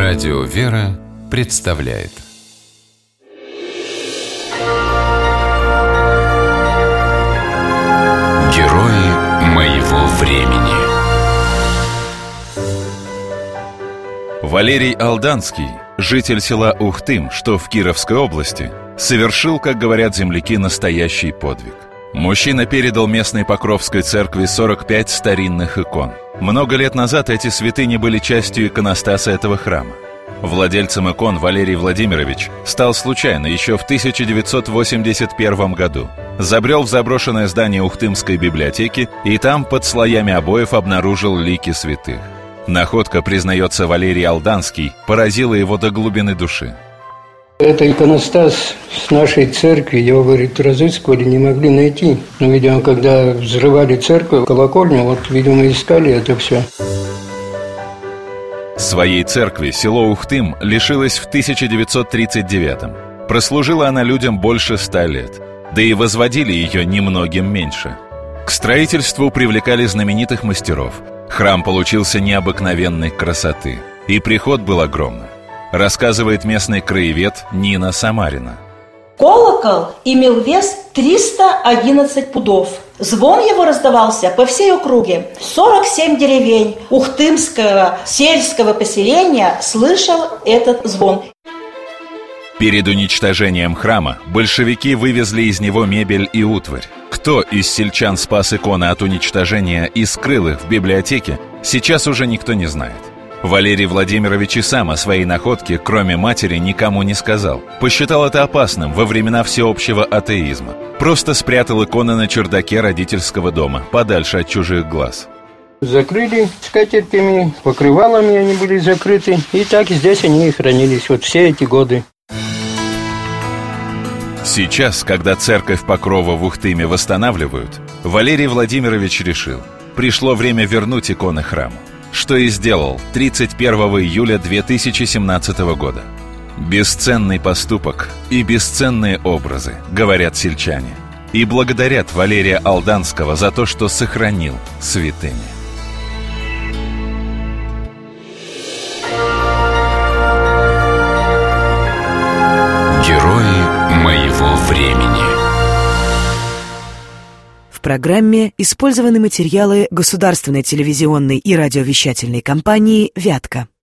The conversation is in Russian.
Радио «Вера» представляет Герои моего времени. Валерий Алданский, житель села Ухтым, что в Кировской области, совершил, как говорят земляки, настоящий подвиг. Мужчина передал местной Покровской церкви 45 старинных икон. Много лет назад эти святыни были частью иконостаса этого храма. Владельцем икон Валерий Владимирович стал случайно еще в 1981 году. Забрел в заброшенное здание Ухтымской библиотеки и там под слоями обоев обнаружил лики святых. Находка, признается Валерий Алданский, поразила его до глубины души. Это иконостас с нашей церкви, его, говорит, разыскивали, не могли найти. Но, видимо, когда взрывали церковь, колокольню, вот, видимо, искали это все. Своей церкви село Ухтым лишилось в 1939-м. Прослужила она людям больше 100 лет. Да и возводили ее немногим меньше. К строительству привлекали знаменитых мастеров. Храм получился необыкновенной красоты. И приход был огромным. Рассказывает местный краевед Нина Самарина. Колокол имел вес 311 пудов. Звон его раздавался по всей округе. 47 деревень Ухтымского сельского поселения слышал этот звон. Перед уничтожением храма большевики вывезли из него мебель и утварь. Кто из сельчан спас иконы от уничтожения и скрыл их в библиотеке, сейчас уже никто не знает. Валерий Владимирович и сам о своей находке, кроме матери, никому не сказал. Посчитал это опасным во времена всеобщего атеизма. Просто спрятал иконы на чердаке родительского дома, подальше от чужих глаз. Закрыли скатертями, покрывалами они были закрыты. И так здесь они и хранились вот все эти годы. Сейчас, когда церковь Покрова в Ухтыме восстанавливают, Валерий Владимирович решил, пришло время вернуть иконы храму. Что и сделал 31 июля 2017 года. Бесценный поступок и бесценные образы, говорят сельчане. И благодарят Валерия Алданского за то, что сохранил святыни. Герои моего времени. В программе использованы материалы государственной телевизионной и радиовещательной компании «Вятка».